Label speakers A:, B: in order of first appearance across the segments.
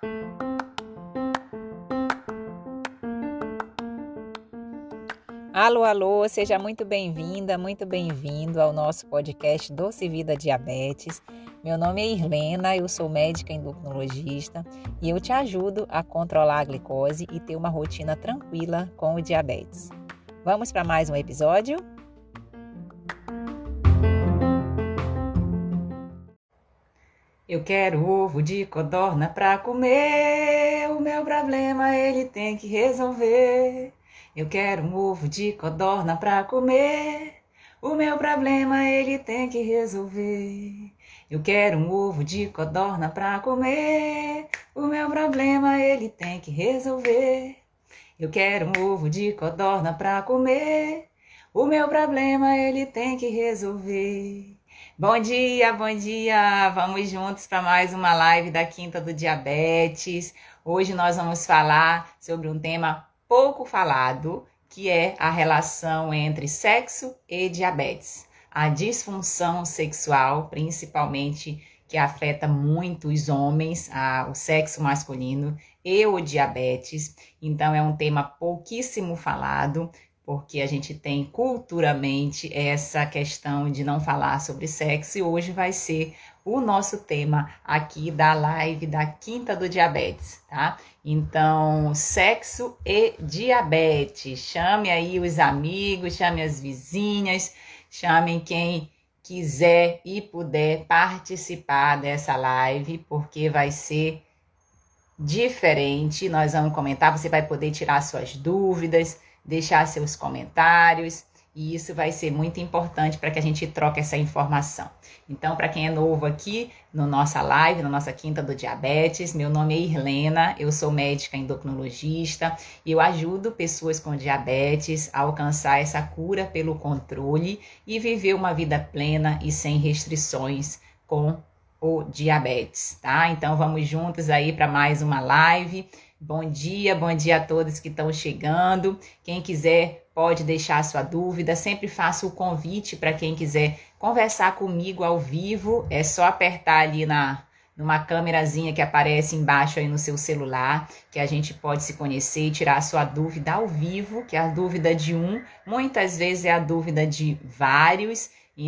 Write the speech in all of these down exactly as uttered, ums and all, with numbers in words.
A: Alô, alô, seja muito bem-vinda, muito bem-vindo ao nosso podcast Doce Vida Diabetes. Meu nome é Irlena, eu sou médica endocrinologista e eu te ajudo a controlar a glicose e ter uma rotina tranquila com o diabetes. Vamos para mais um episódio? Eu quero ovo de codorna pra comer, o meu problema ele tem que resolver. Eu quero um ovo de codorna pra comer, o meu problema ele tem que resolver. Eu quero um ovo de codorna pra comer, o meu problema ele tem que resolver. Eu quero um ovo de codorna pra comer, o meu problema ele tem que resolver. Bom dia, bom dia! Vamos juntos para mais uma live da Quinta do Diabetes. Hoje nós vamos falar sobre um tema pouco falado, que é a relação entre sexo e diabetes. A disfunção sexual, principalmente, que afeta muito os homens, a, o sexo masculino e o diabetes. Então é um tema pouquíssimo falado, porque a gente tem culturalmente essa questão de não falar sobre sexo e hoje vai ser o nosso tema aqui da live da Quinta do Diabetes, tá? Então, sexo e diabetes. Chame aí os amigos, chame as vizinhas, chamem quem quiser e puder participar dessa live, porque vai ser diferente. Nós vamos comentar, você vai poder tirar suas dúvidas, deixar seus comentários, e isso vai ser muito importante para que a gente troque essa informação. Então, para quem é novo aqui no nossa live, na nossa Quinta do Diabetes, meu nome é Irlena, eu sou médica endocrinologista e eu ajudo pessoas com diabetes a alcançar essa cura pelo controle e viver uma vida plena e sem restrições com o diabetes, tá? Então, vamos juntos aí para mais uma live. Bom dia, bom dia a todos que estão chegando. Quem quiser pode deixar sua dúvida. Sempre faço o convite para quem quiser conversar comigo ao vivo. É só apertar ali na, numa câmerazinha que aparece embaixo aí no seu celular, que a gente pode se conhecer e tirar a sua dúvida ao vivo, que é a dúvida de um, muitas vezes é a dúvida de vários.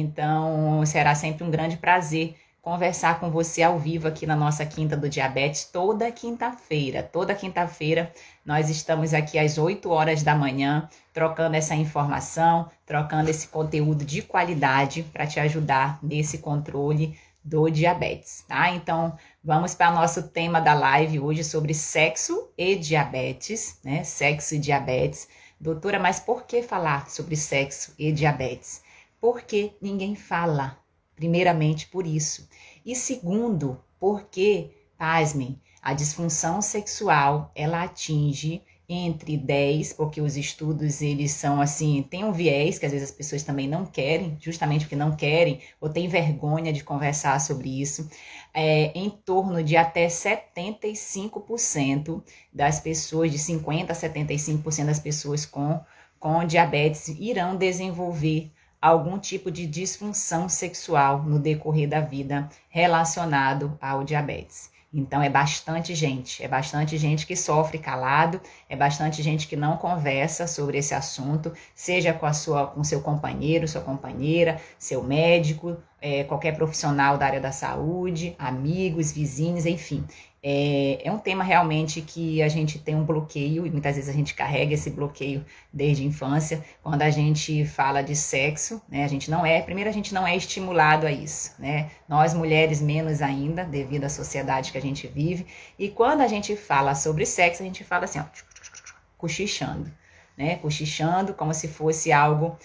A: Então, será sempre um grande prazer conversar com você ao vivo aqui na nossa Quinta do Diabetes, toda quinta-feira. Toda quinta-feira nós estamos aqui às oito horas da manhã, trocando essa informação, trocando esse conteúdo de qualidade para te ajudar nesse controle do diabetes, tá? Então, vamos para o nosso tema da live hoje sobre sexo e diabetes, né? Sexo e diabetes. Doutora, mas por que falar sobre sexo e diabetes? Porque ninguém fala. Primeiramente por isso. E segundo, porque, pasmem, a disfunção sexual, ela atinge entre dez, porque os estudos, eles são assim, tem um viés, que às vezes as pessoas também não querem, justamente porque não querem, ou têm vergonha de conversar sobre isso, é, em torno de até setenta e cinco por cento das pessoas, de cinquenta a setenta e cinco por cento das pessoas com, com diabetes irão desenvolver algum tipo de disfunção sexual no decorrer da vida relacionado ao diabetes. Então, é bastante gente, é bastante gente que sofre calado, é bastante gente que não conversa sobre esse assunto, seja com a sua, com seu companheiro, sua companheira, seu médico, é, qualquer profissional da área da saúde, amigos, vizinhos, enfim. É, é um tema realmente que a gente tem um bloqueio, e muitas vezes a gente carrega esse bloqueio desde a infância. Quando a gente fala de sexo, né, a gente não é, primeiro a gente não é estimulado a isso, né? Nós mulheres menos ainda, devido à sociedade que a gente vive. E quando a gente fala sobre sexo, a gente fala assim, ó, cochichando, né? Cochichando como se fosse algo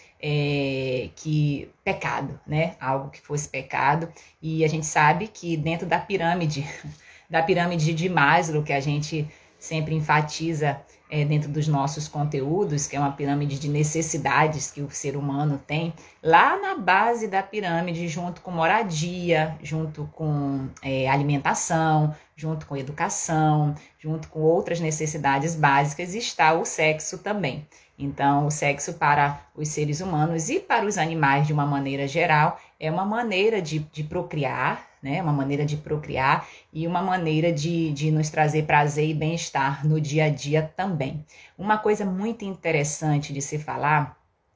A: é, que pecado, né? Algo que fosse pecado. E a gente sabe que dentro da pirâmide da pirâmide de Maslow, que a gente sempre enfatiza é, dentro dos nossos conteúdos, que é uma pirâmide de necessidades que o ser humano tem, lá na base da pirâmide, junto com moradia, junto com é, alimentação, junto com educação, junto com outras necessidades básicas, está o sexo também. Então, o sexo para os seres humanos e para os animais de uma maneira geral é uma maneira de, de procriar, né? Uma maneira de procriar e uma maneira de, de nos trazer prazer e bem-estar no dia a dia também. Uma coisa muito interessante de se falar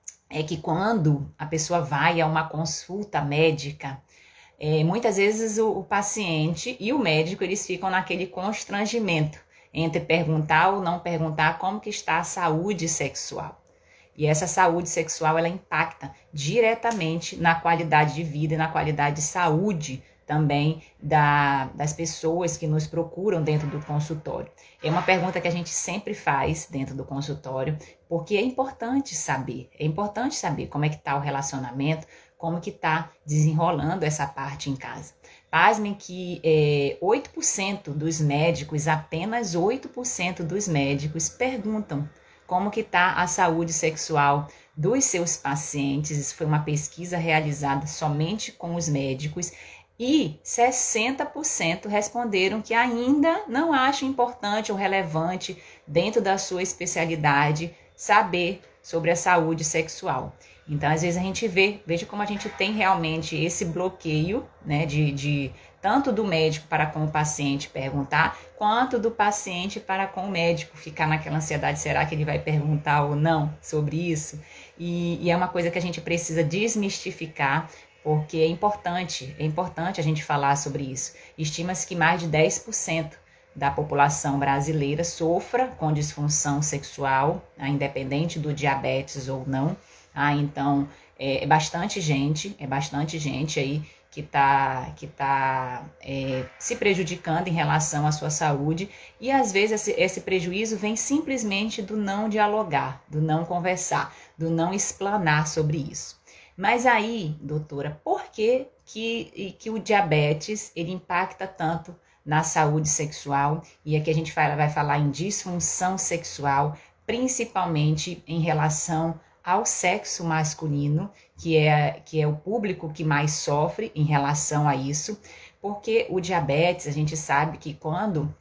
A: é que quando a pessoa vai a uma consulta médica, é, muitas vezes o, o paciente e o médico, eles ficam naquele constrangimento entre perguntar ou não perguntar como que está a saúde sexual. E essa saúde sexual, ela impacta diretamente na qualidade de vida e na qualidade de saúde também da, das pessoas que nos procuram dentro do consultório. É uma pergunta que a gente sempre faz dentro do consultório, porque é importante saber, é importante saber como é que está o relacionamento, como que está desenrolando essa parte em casa. Pasmem que é, oito por cento dos médicos, apenas oito por cento dos médicos perguntam como que está a saúde sexual dos seus pacientes. Isso foi uma pesquisa realizada somente com os médicos e sessenta por cento responderam que ainda não acham importante ou relevante dentro da sua especialidade saber sobre a saúde sexual. Então, às vezes a gente vê, veja como a gente tem realmente esse bloqueio, né, de, de tanto do médico para com o paciente perguntar, quanto do paciente para com o médico ficar naquela ansiedade, será que ele vai perguntar ou não sobre isso? E, e é uma coisa que a gente precisa desmistificar, porque é importante, é importante a gente falar sobre isso. Estima-se que mais de dez por cento da população brasileira sofra com disfunção sexual, independente do diabetes ou não. Ah, então, é, é bastante gente, é bastante gente aí que está que tá, é, se prejudicando em relação à sua saúde, e às vezes esse, esse prejuízo vem simplesmente do não dialogar, do não conversar, do não explanar sobre isso. Mas aí, doutora, por que, que, que o diabetes ele impacta tanto na saúde sexual? E aqui a gente vai, vai falar em disfunção sexual, principalmente em relação ao sexo masculino, que é, que é o público que mais sofre em relação a isso, porque o diabetes, a gente sabe que quando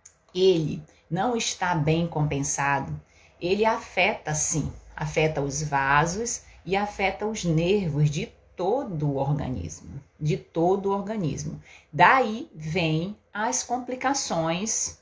A: ele não está bem compensado, ele afeta sim, afeta os vasos e afeta os nervos de todo o organismo, de todo o organismo. Daí vem as complicações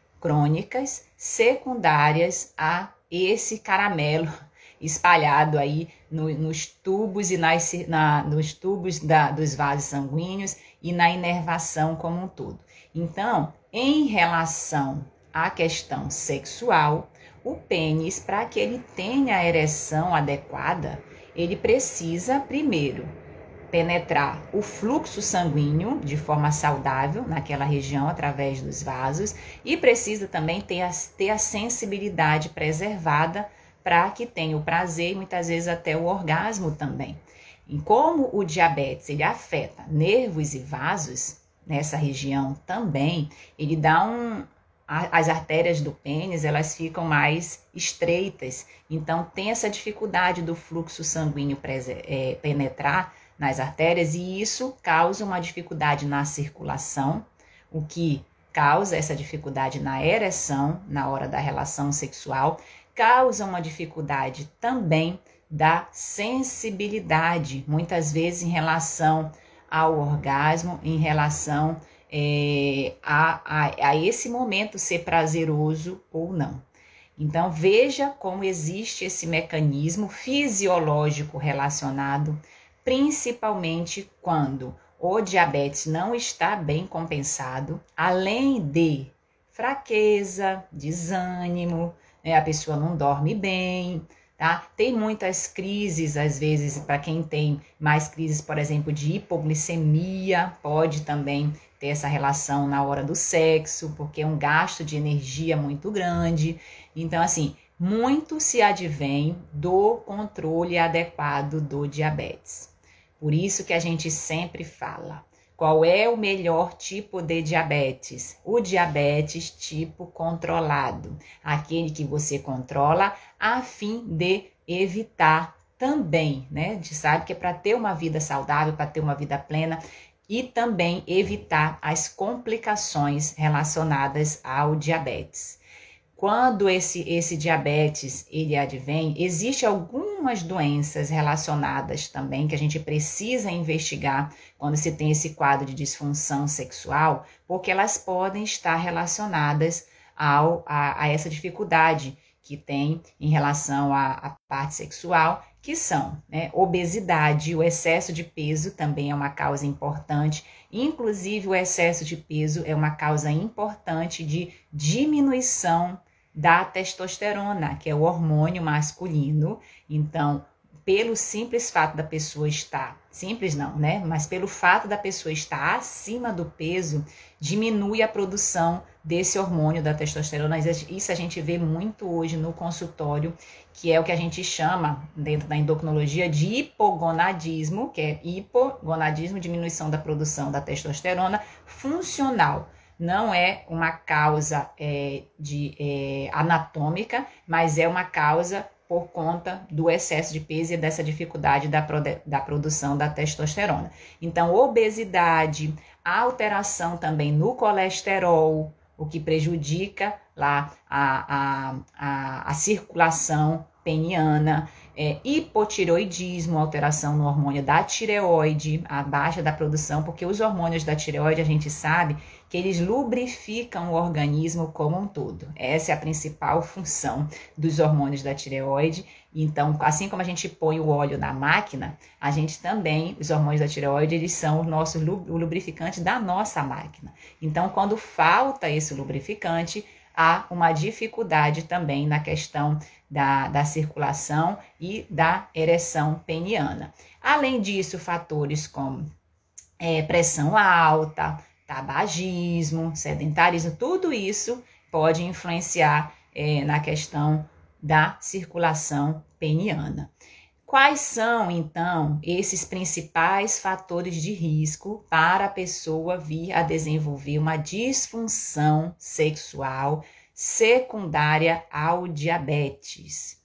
A: crônicas secundárias a esse caramelo espalhado aí no, nos tubos e nas, na, nos tubos da, dos vasos sanguíneos e na inervação como um todo. Então, em relação à questão sexual, o pênis, para que ele tenha a ereção adequada, ele precisa, primeiro, penetrar o fluxo sanguíneo de forma saudável naquela região através dos vasos e precisa também ter a, ter a sensibilidade preservada para que tenha o prazer e muitas vezes até o orgasmo também. E como o diabetes ele afeta nervos e vasos nessa região também, ele dá um... as artérias do pênis, elas ficam mais estreitas, então tem essa dificuldade do fluxo sanguíneo é, penetrar nas artérias e isso causa uma dificuldade na circulação, o que causa essa dificuldade na ereção, na hora da relação sexual, causa uma dificuldade também da sensibilidade, muitas vezes em relação ao orgasmo, em relação é, a, a, a esse momento ser prazeroso ou não. Então veja como existe esse mecanismo fisiológico relacionado, principalmente quando o diabetes não está bem compensado, além de fraqueza, desânimo, né, a pessoa não dorme bem, tá? Tem muitas crises, às vezes, para quem tem mais crises, por exemplo, de hipoglicemia, pode também ter essa relação na hora do sexo, porque é um gasto de energia muito grande. Então, assim, muito se advém do controle adequado do diabetes. Por isso que a gente sempre fala, qual é o melhor tipo de diabetes? O diabetes tipo controlado, aquele que você controla a fim de evitar também, né? A gente sabe que é para ter uma vida saudável, para ter uma vida plena e também evitar as complicações relacionadas ao diabetes. Quando esse, esse diabetes ele advém, existe algum algumas doenças relacionadas também que a gente precisa investigar quando se tem esse quadro de disfunção sexual, porque elas podem estar relacionadas ao, a, a essa dificuldade que tem em relação à, à parte sexual, que são, né, obesidade, o excesso de peso também é uma causa importante, inclusive o excesso de peso é uma causa importante de diminuição da testosterona, que é o hormônio masculino. Então, pelo simples fato da pessoa estar, simples não, né, mas pelo fato da pessoa estar acima do peso, diminui a produção desse hormônio da testosterona. Isso a gente vê muito hoje no consultório, que é o que a gente chama, dentro da endocrinologia, de hipogonadismo, que é hipogonadismo, diminuição da produção da testosterona funcional. Não é uma causa é, de, é, anatômica, mas é uma causa por conta do excesso de peso e dessa dificuldade da, da produção da testosterona. Então, obesidade, alteração também no colesterol, o que prejudica lá a, a, a, a circulação peniana, é, hipotireoidismo, alteração no hormônio da tireoide, a baixa da produção, porque os hormônios da tireoide a gente sabe que eles lubrificam o organismo como um todo. Essa é a principal função dos hormônios da tireoide. Então, assim como a gente põe o óleo na máquina, a gente também, os hormônios da tireoide, eles são o nosso o lubrificante da nossa máquina. Então, quando falta esse lubrificante, há uma dificuldade também na questão da, da circulação e da ereção peniana. Além disso, fatores como é, pressão alta, tabagismo, sedentarismo, tudo isso pode influenciar é, na questão da circulação peniana. Quais são, então, esses principais fatores de risco para a pessoa vir a desenvolver uma disfunção sexual secundária ao diabetes?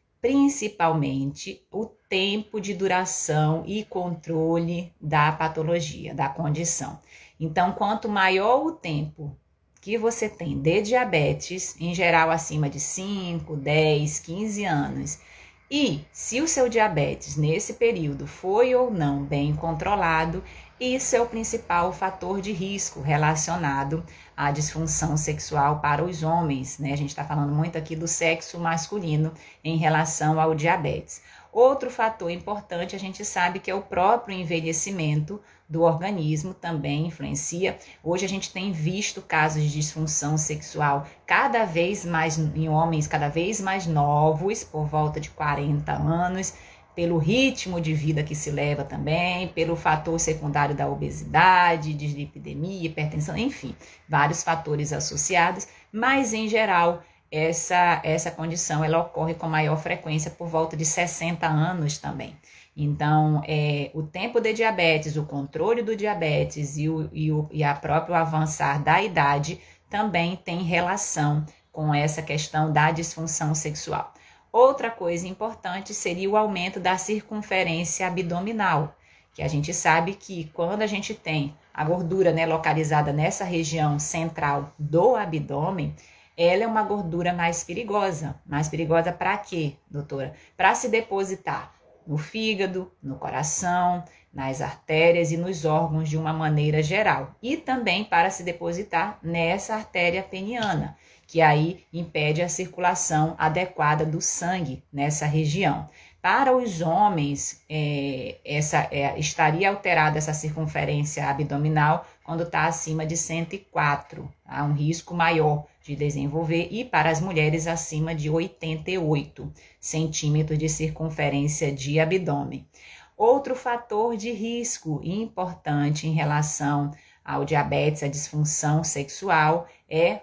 A: Principalmente o tempo de duração e controle da patologia, da condição. Então, quanto maior o tempo que você tem de diabetes, em geral acima de cinco, dez, quinze anos, e se o seu diabetes nesse período foi ou não bem controlado, isso é o principal fator de risco relacionado à disfunção sexual para os homens, né? A gente está falando muito aqui do sexo masculino em relação ao diabetes. Outro fator importante, a gente sabe que é o próprio envelhecimento do organismo, também influencia. Hoje a gente tem visto casos de disfunção sexual cada vez mais em homens, cada vez mais novos, por volta de quarenta anos, pelo ritmo de vida que se leva também, pelo fator secundário da obesidade, dislipidemia, hipertensão, enfim, vários fatores associados, mas em geral essa, essa condição ela ocorre com maior frequência por volta de sessenta anos também. Então, é, o tempo de diabetes, o controle do diabetes e, o, e, o, e a próprio avançar da idade também tem relação com essa questão da disfunção sexual. Outra coisa importante seria o aumento da circunferência abdominal, que a gente sabe que quando a gente tem a gordura, né, localizada nessa região central do abdômen, ela é uma gordura mais perigosa. Mais perigosa para quê, doutora? Para se depositar no fígado, no coração, nas artérias e nos órgãos de uma maneira geral. E também para se depositar nessa artéria peniana, que aí impede a circulação adequada do sangue nessa região. Para os homens, é, essa, é, estaria alterada essa circunferência abdominal quando está acima de cento e quatro. Há um risco maior de desenvolver, e para as mulheres acima de oitenta e oito centímetros de circunferência de abdômen. Outro fator de risco importante em relação ao diabetes, à disfunção sexual, é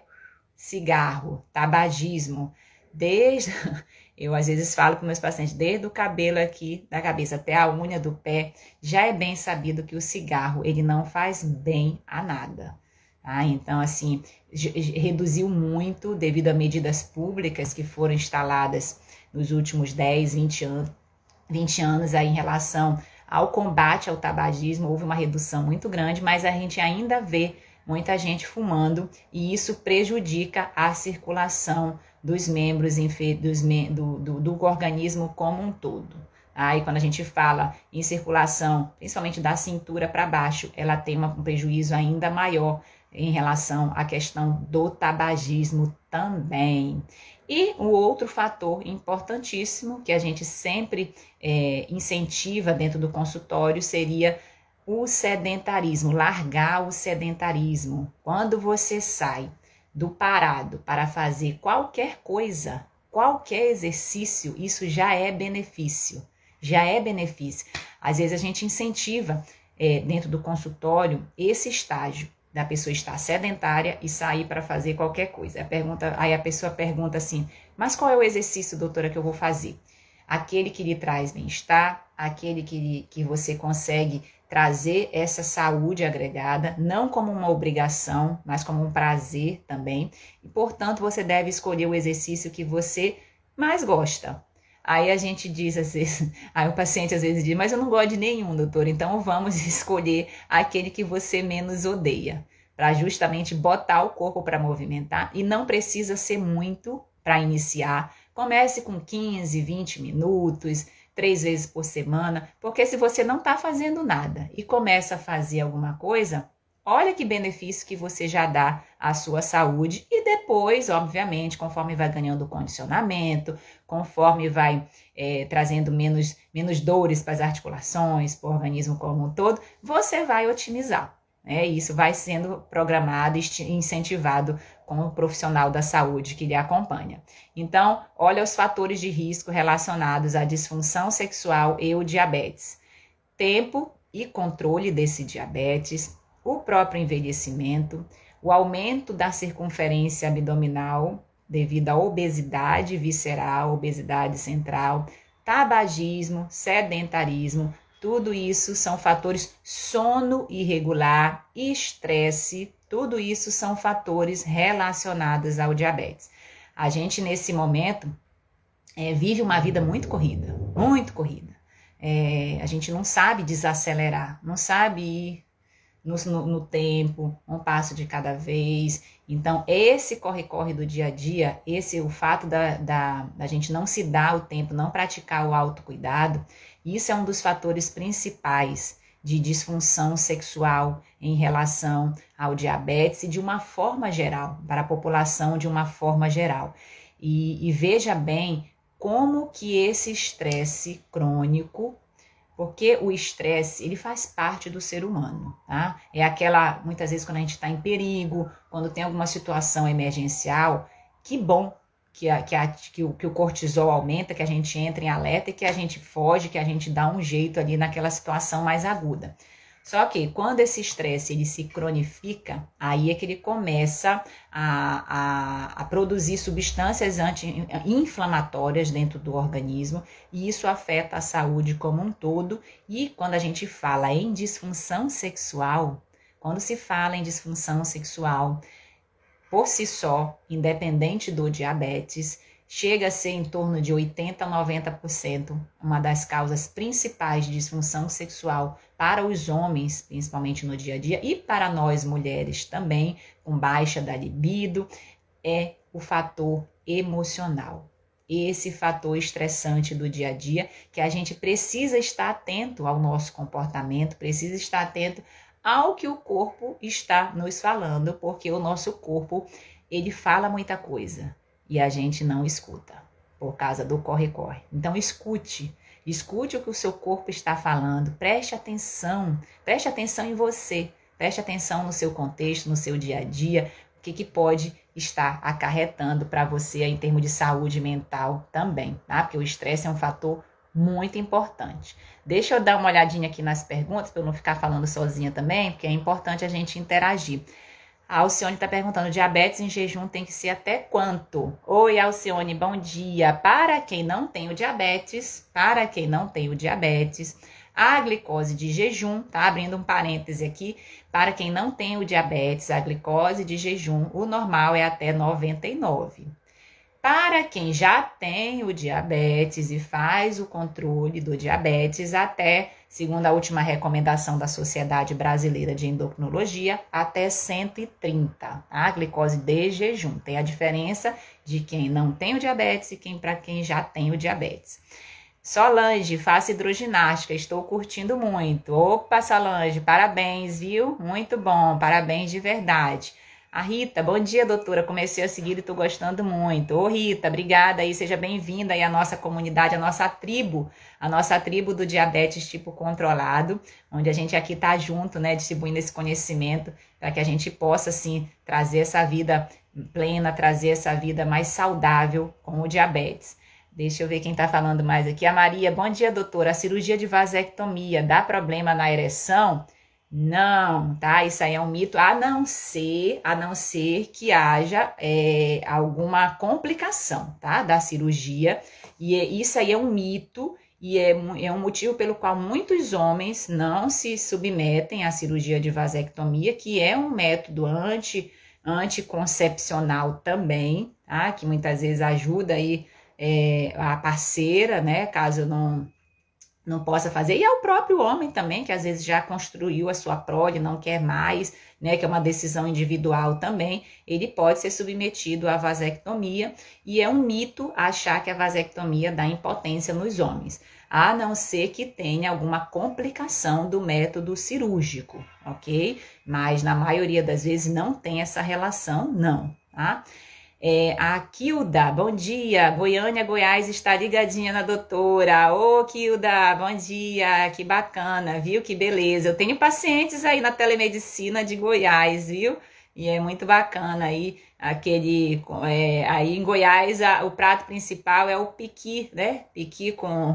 A: cigarro, tabagismo. Desde, eu às vezes falo com meus pacientes, desde o cabelo aqui, da cabeça até a unha do pé, já é bem sabido que o cigarro, ele não faz bem a nada. Ah, então, assim, reduziu muito devido a medidas públicas que foram instaladas nos últimos dez, vinte anos, vinte anos aí em relação ao combate ao tabagismo. Houve uma redução muito grande, mas a gente ainda vê muita gente fumando, e isso prejudica a circulação dos membros dos, do, do, do organismo como um todo. Aí, quando a gente fala em circulação, principalmente da cintura para baixo, ela tem um prejuízo ainda maior em relação à questão do tabagismo também. E o outro fator importantíssimo que a gente sempre é, incentiva dentro do consultório seria o sedentarismo, largar o sedentarismo. Quando você sai do parado para fazer qualquer coisa, qualquer exercício, isso já é benefício, já é benefício. Às vezes a gente incentiva é, dentro do consultório esse estágio da pessoa estar sedentária e sair para fazer qualquer coisa. A pergunta, aí a pessoa pergunta assim, mas qual é o exercício, doutora, que eu vou fazer? Aquele que lhe traz bem-estar, aquele que, que você consegue trazer essa saúde agregada, não como uma obrigação, mas como um prazer também. E, portanto, você deve escolher o exercício que você mais gosta. Aí a gente diz, às vezes, aí o paciente às vezes diz, mas eu não gosto de nenhum, doutor, então vamos escolher aquele que você menos odeia, para justamente botar o corpo para movimentar, e não precisa ser muito para iniciar. Comece com quinze, vinte minutos, três vezes por semana, porque se você não está fazendo nada e começa a fazer alguma coisa, olha que benefício que você já dá à sua saúde, e depois, obviamente, conforme vai ganhando condicionamento, conforme vai é, trazendo menos, menos dores para as articulações, para o organismo como um todo, você vai otimizar. Né? Isso vai sendo programado e incentivado com o profissional da saúde que lhe acompanha. Então, olha os fatores de risco relacionados à disfunção sexual e o diabetes. Tempo e controle desse diabetes, o próprio envelhecimento, o aumento da circunferência abdominal devido à obesidade visceral, obesidade central, tabagismo, sedentarismo, tudo isso são fatores, sono irregular, estresse, tudo isso são fatores relacionados ao diabetes. A gente, nesse momento, é, vive uma vida muito corrida, muito corrida. É, a gente não sabe desacelerar, não sabe ir No, no, no tempo, um passo de cada vez. Então, esse corre-corre do dia a dia, esse o fato da, da, da gente não se dar o tempo, não praticar o autocuidado, isso é um dos fatores principais de disfunção sexual em relação ao diabetes e de uma forma geral, para a população de uma forma geral. E, e veja bem como que esse estresse crônico, porque o estresse, ele faz parte do ser humano, tá? É aquela, muitas vezes, quando a gente está em perigo, quando tem alguma situação emergencial, que bom que, a, que, a, que, o, que o cortisol aumenta, que a gente entra em alerta e que a gente foge, que a gente dá um jeito ali naquela situação mais aguda. Só que quando esse estresse ele se cronifica, aí é que ele começa a, a, a produzir substâncias anti-inflamatórias dentro do organismo, e isso afeta a saúde como um todo. E quando a gente fala em disfunção sexual, quando se fala em disfunção sexual, por si só, independente do diabetes, chega a ser em torno de oitenta a noventa por cento uma das causas principais de disfunção sexual para os homens, principalmente no dia a dia, e para nós mulheres também, com baixa da libido, é o fator emocional. Esse fator estressante do dia a dia, que a gente precisa estar atento ao nosso comportamento, precisa estar atento ao que o corpo está nos falando, porque o nosso corpo, ele fala muita coisa e a gente não escuta, por causa do corre-corre. Então escute, escute o que o seu corpo está falando, preste atenção, preste atenção em você, preste atenção no seu contexto, no seu dia a dia, o que, que pode estar acarretando para você em termos de saúde mental também, tá? Porque o estresse é um fator muito importante. Deixa eu dar uma olhadinha aqui nas perguntas, para eu não ficar falando sozinha também, porque é importante a gente interagir. A Alcione está perguntando, diabetes em jejum tem que ser até quanto? Oi, Alcione, bom dia. Para quem não tem o diabetes, para quem não tem o diabetes, a glicose de jejum, tá abrindo um parêntese aqui, para quem não tem o diabetes, a glicose de jejum, o normal é até noventa e nove. Para quem já tem o diabetes e faz o controle do diabetes, até segundo a última recomendação da Sociedade Brasileira de Endocrinologia, até cento e trinta, tá? A glicose de jejum. Tem a diferença de quem não tem o diabetes e quem para quem já tem o diabetes. Solange, faço hidroginástica, estou curtindo muito. Opa, Solange, parabéns, viu? Muito bom, parabéns de verdade. A Rita, bom dia, doutora, comecei a seguir e estou gostando muito. Ô Rita, obrigada aí, seja bem-vinda aí à nossa comunidade, à nossa tribo, a nossa tribo do diabetes tipo controlado, onde a gente aqui tá junto, né, distribuindo esse conhecimento para que a gente possa, assim, trazer essa vida plena, trazer essa vida mais saudável com o diabetes. Deixa eu ver quem tá falando mais aqui. A Maria, bom dia, doutora, a cirurgia de vasectomia dá problema na ereção? Não, tá? Isso aí é um mito, a não ser, a não ser que haja é, alguma complicação, tá? Da cirurgia. E é, isso aí é um mito e é, é um motivo pelo qual muitos homens não se submetem à cirurgia de vasectomia, que é um método anti, anticoncepcional também, tá? Que muitas vezes ajuda aí é, a parceira, né? Caso não... não possa fazer, e é o próprio homem também, que às vezes já construiu a sua prole, não quer mais, né, que é uma decisão individual também, ele pode ser submetido à vasectomia, e é um mito achar que a vasectomia dá impotência nos homens, a não ser que tenha alguma complicação do método cirúrgico, ok? Mas na maioria das vezes não tem essa relação, não, tá? É, a Kilda, bom dia, Goiânia, Goiás, está ligadinha na doutora. Ô, Kilda, bom dia, que bacana, viu? Que beleza. Eu tenho pacientes aí na telemedicina de Goiás, viu? E é muito bacana aí, aquele, é, aí em Goiás, a, o prato principal é o piqui, né? Piqui com,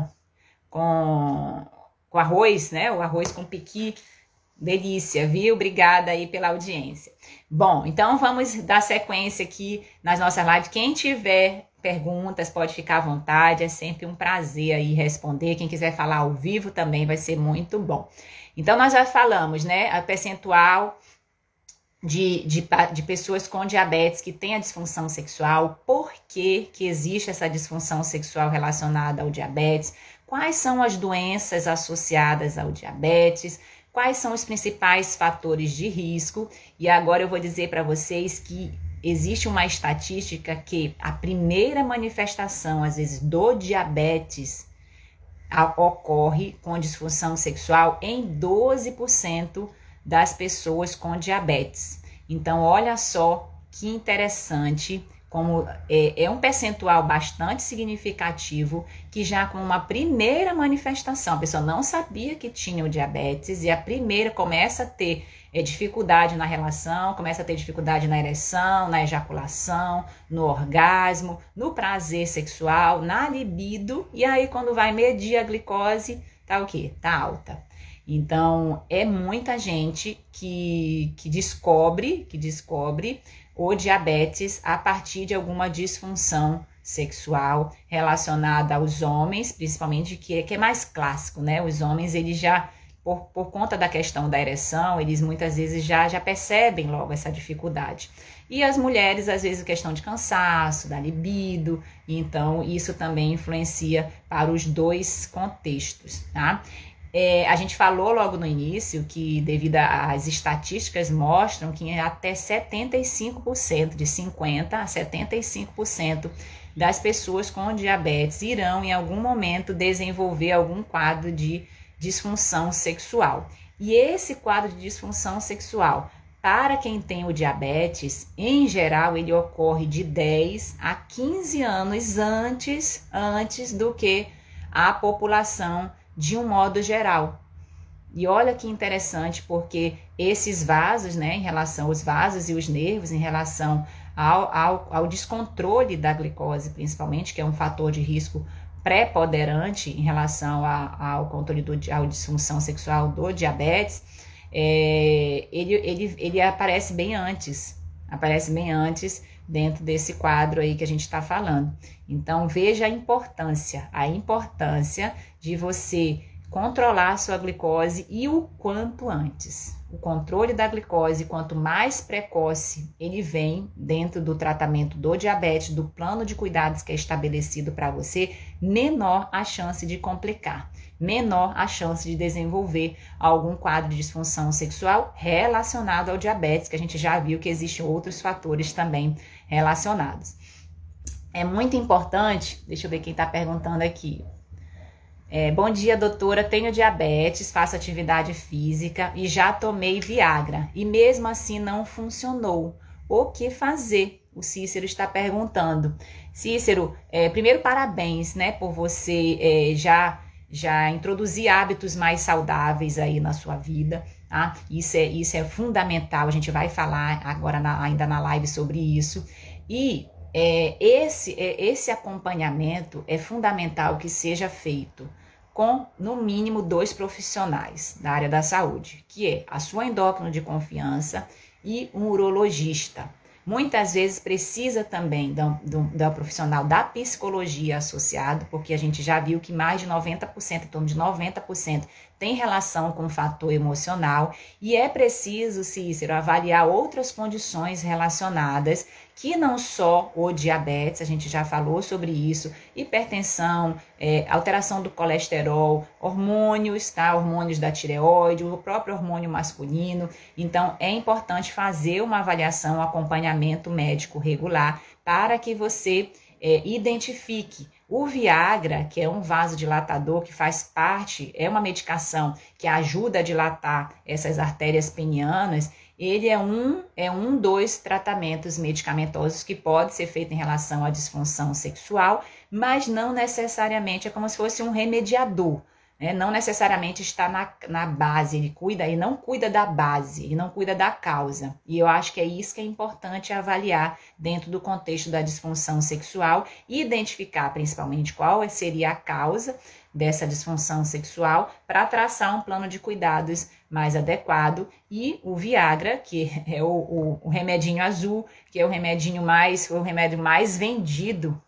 A: com, com arroz, né? O arroz com piqui. Delícia, viu? Obrigada aí pela audiência. Bom, então vamos dar sequência aqui nas nossas lives. Quem tiver perguntas pode ficar à vontade, é sempre um prazer aí responder. Quem quiser falar ao vivo também vai ser muito bom. Então nós já falamos, né, a percentual de, de, de pessoas com diabetes que têm a disfunção sexual, por que que existe essa disfunção sexual relacionada ao diabetes, quais são as doenças associadas ao diabetes, quais são os principais fatores de risco, e agora eu vou dizer para vocês que existe uma estatística que a primeira manifestação, às vezes, do diabetes ocorre com disfunção sexual em doze por cento das pessoas com diabetes. Então, olha só que interessante, como é, é um percentual bastante significativo que já com uma primeira manifestação, a pessoa não sabia que tinha o diabetes e a primeira começa a ter é, dificuldade na relação, começa a ter dificuldade na ereção, na ejaculação, no orgasmo, no prazer sexual, na libido, e aí quando vai medir a glicose, tá o quê? Tá alta. Então, é muita gente que, que descobre, que descobre o diabetes a partir de alguma disfunção sexual relacionada aos homens, principalmente, que é, que é mais clássico, né? Os homens, eles já, por, por conta da questão da ereção, eles muitas vezes já, já percebem logo essa dificuldade. E as mulheres, às vezes, questão de cansaço, da libido, então isso também influencia para os dois contextos, tá? É, a gente falou logo no início que, devido às estatísticas, mostram que até setenta e cinco por cento, de cinquenta por cento a setenta e cinco por cento das pessoas com diabetes irão, em algum momento, desenvolver algum quadro de disfunção sexual. E esse quadro de disfunção sexual, para quem tem o diabetes, em geral, ele ocorre de dez a quinze anos antes, antes do que a população de um modo geral. E olha que interessante, porque esses vasos, né, em relação aos vasos e os nervos, em relação ao, ao, ao descontrole da glicose, principalmente, que é um fator de risco preponderante em relação a, ao controle do, à disfunção sexual do diabetes, é, ele, ele, ele aparece bem antes, aparece bem antes dentro desse quadro aí que a gente está falando. Então, veja a importância, a importância de você controlar a sua glicose e o quanto antes, o controle da glicose, quanto mais precoce ele vem dentro do tratamento do diabetes, do plano de cuidados que é estabelecido para você, menor a chance de complicar, menor a chance de desenvolver algum quadro de disfunção sexual relacionado ao diabetes, que a gente já viu que existem outros fatores também relacionados. É muito importante, deixa eu ver quem está perguntando aqui. É, bom dia, doutora, tenho diabetes, faço atividade física e já tomei Viagra e mesmo assim não funcionou. O que fazer? O Cícero está perguntando. Cícero, é, primeiro parabéns, né, por você é, já, já introduzir hábitos mais saudáveis aí na sua vida, tá? Isso é, isso é fundamental, a gente vai falar agora na, ainda na live sobre isso. E É, esse, é, esse acompanhamento é fundamental que seja feito com, no mínimo, dois profissionais da área da saúde, que é a sua endócrino de confiança e um urologista. Muitas vezes precisa também do, do, do profissional da psicologia associado, porque a gente já viu que mais de noventa por cento, em torno de noventa por cento, tem relação com o fator emocional e é preciso, Cícero, avaliar outras condições relacionadas que não só o diabetes, a gente já falou sobre isso, hipertensão, é, alteração do colesterol, hormônios, tá? Hormônios da tireoide, o próprio hormônio masculino. Então, é importante fazer uma avaliação, um acompanhamento médico regular para que você é, identifique. O Viagra, que é um vasodilatador que faz parte, é uma medicação que ajuda a dilatar essas artérias penianas, ele é um, é um dos tratamentos medicamentosos que pode ser feito em relação à disfunção sexual, mas não necessariamente é como se fosse um remediador, né? Não necessariamente está na, na base, ele cuida, ele não cuida da base, ele não cuida da causa. E eu acho que é isso que é importante avaliar dentro do contexto da disfunção sexual e identificar principalmente qual seria a causa dessa disfunção sexual para traçar um plano de cuidados mais adequado. E o Viagra, que é o, o, o remedinho azul, que é o remedinho mais, o remédio mais vendido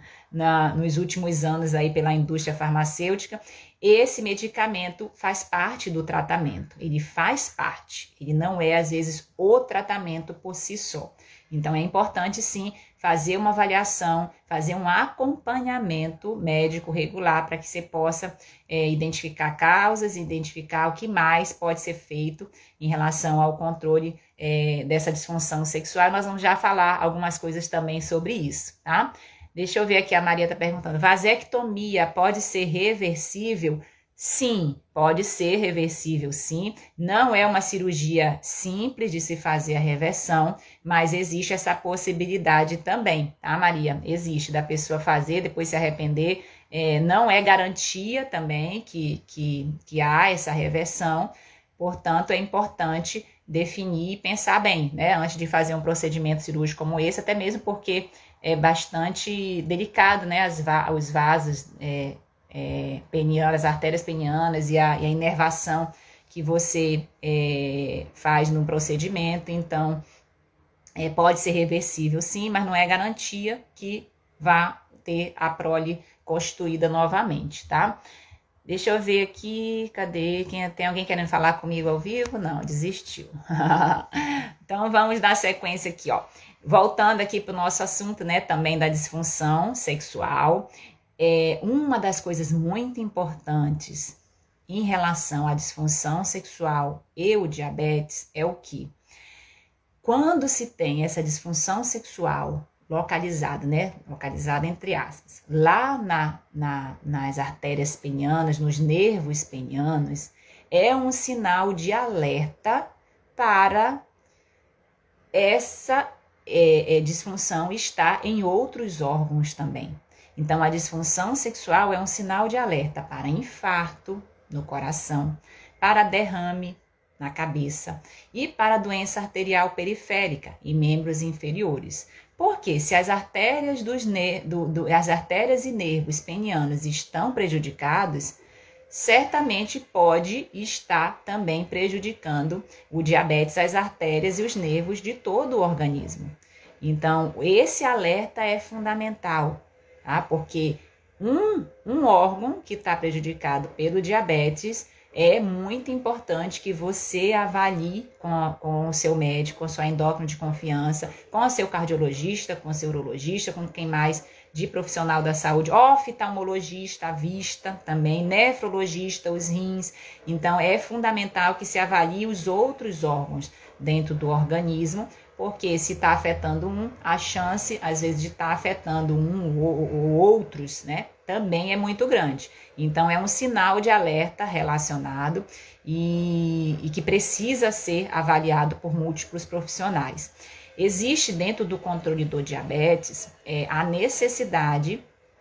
A: na, nos últimos anos aí pela indústria farmacêutica, esse medicamento faz parte do tratamento, ele faz parte, ele não é às vezes o tratamento por si só. Então é importante sim fazer uma avaliação, fazer um acompanhamento médico regular para que você possa é, identificar causas, identificar o que mais pode ser feito em relação ao controle é, dessa disfunção sexual. Nós vamos já falar algumas coisas também sobre isso, tá? Deixa eu ver aqui, a Maria está perguntando, vasectomia pode ser reversível? Sim, pode ser reversível, sim. Não é uma cirurgia simples de se fazer a reversão, mas existe essa possibilidade também, tá, Maria? Existe, da pessoa fazer, depois se arrepender. É, não é garantia também que, que, que há essa reversão, portanto, é importante definir e pensar bem, né, antes de fazer um procedimento cirúrgico como esse, até mesmo porque é bastante delicado, né, as va os vasos é, é, penianos, as artérias penianas e a, e a inervação que você é, faz no procedimento. Então, é, pode ser reversível sim, mas não é garantia que vá ter a prole constituída novamente, tá? Deixa eu ver aqui, cadê? Quem, tem alguém querendo falar comigo ao vivo? Não, desistiu. Então, vamos dar sequência aqui, ó. Voltando aqui para o nosso assunto, né, também da disfunção sexual, é, uma das coisas muito importantes em relação à disfunção sexual e o diabetes é o que? Quando se tem essa disfunção sexual localizada, né, localizada entre aspas, lá na, na, nas artérias penianas, nos nervos penianos, é um sinal de alerta para essa É, é, disfunção está em outros órgãos também. Então, a disfunção sexual é um sinal de alerta para infarto no coração, para derrame na cabeça e para doença arterial periférica e membros inferiores. Porque se as artérias, dos do, do, as artérias e nervos penianos estão prejudicados, certamente pode estar também prejudicando o diabetes, as artérias e os nervos de todo o organismo. Então, esse alerta é fundamental, tá? Porque um, um órgão que está prejudicado pelo diabetes é muito importante que você avalie com, a, com o seu médico, com a sua endócrino de confiança, com o seu cardiologista, com o seu urologista, com quem mais de profissional da saúde, oftalmologista, a vista também, nefrologista, os rins. Então, é fundamental que se avalie os outros órgãos dentro do organismo, porque se está afetando um, a chance, às vezes, de estar tá afetando um ou, ou outros, né, também é muito grande. Então, é um sinal de alerta relacionado e, e que precisa ser avaliado por múltiplos profissionais. Existe dentro do controle do diabetes é, a necessidade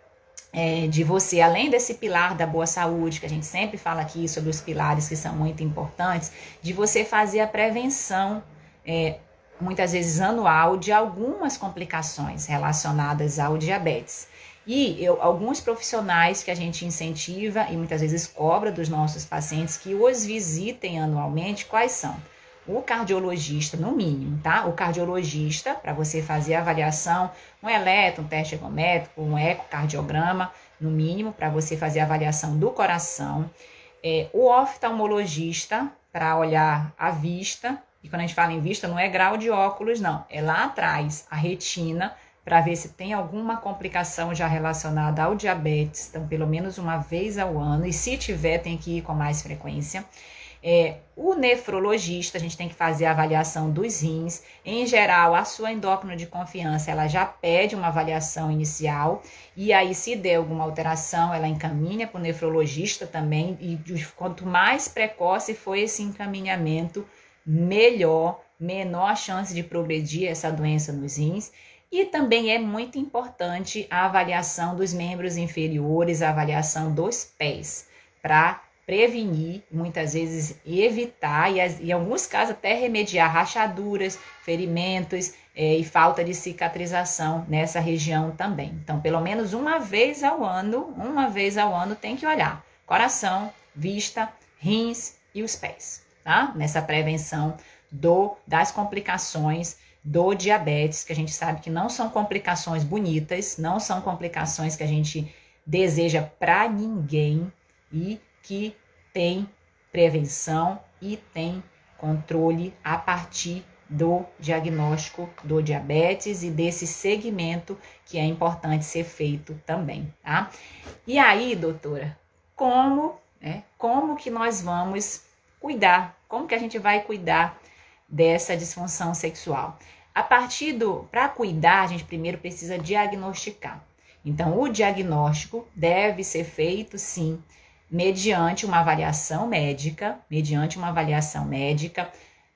A: é, de você, além desse pilar da boa saúde, que a gente sempre fala aqui sobre os pilares que são muito importantes, de você fazer a prevenção, é, muitas vezes anual, de algumas complicações relacionadas ao diabetes. E eu, alguns profissionais que a gente incentiva e muitas vezes cobra dos nossos pacientes que os visitem anualmente, quais são? O cardiologista, no mínimo, tá? O cardiologista, para você fazer a avaliação, um eletro, um teste ergométrico, um ecocardiograma, no mínimo, para você fazer a avaliação do coração. É, o oftalmologista, para olhar a vista, e quando a gente fala em vista, não é grau de óculos, não. É lá atrás, a retina, para ver se tem alguma complicação já relacionada ao diabetes, então pelo menos uma vez ao ano, e se tiver, tem que ir com mais frequência. É, o nefrologista, a gente tem que fazer a avaliação dos rins. Em geral, a sua endócrina de confiança, ela já pede uma avaliação inicial, e aí se der alguma alteração, ela encaminha para o nefrologista também, e quanto mais precoce for esse encaminhamento, melhor, menor a chance de progredir essa doença nos rins. E também é muito importante a avaliação dos membros inferiores, a avaliação dos pés, para prevenir, muitas vezes evitar e, em alguns casos até remediar rachaduras, ferimentos é, e falta de cicatrização nessa região também. Então, pelo menos uma vez ao ano, uma vez ao ano tem que olhar coração, vista, rins e os pés, tá? Nessa prevenção do, das complicações do diabetes, que a gente sabe que não são complicações bonitas, não são complicações que a gente deseja para ninguém e que tem prevenção e tem controle a partir do diagnóstico do diabetes e desse segmento que é importante ser feito também, tá? E aí, doutora, como, né, como que nós vamos cuidar? Como que a gente vai cuidar dessa disfunção sexual? A partir do, para cuidar, a gente primeiro precisa diagnosticar. Então, o diagnóstico deve ser feito, sim, mediante uma avaliação médica, mediante uma avaliação médica.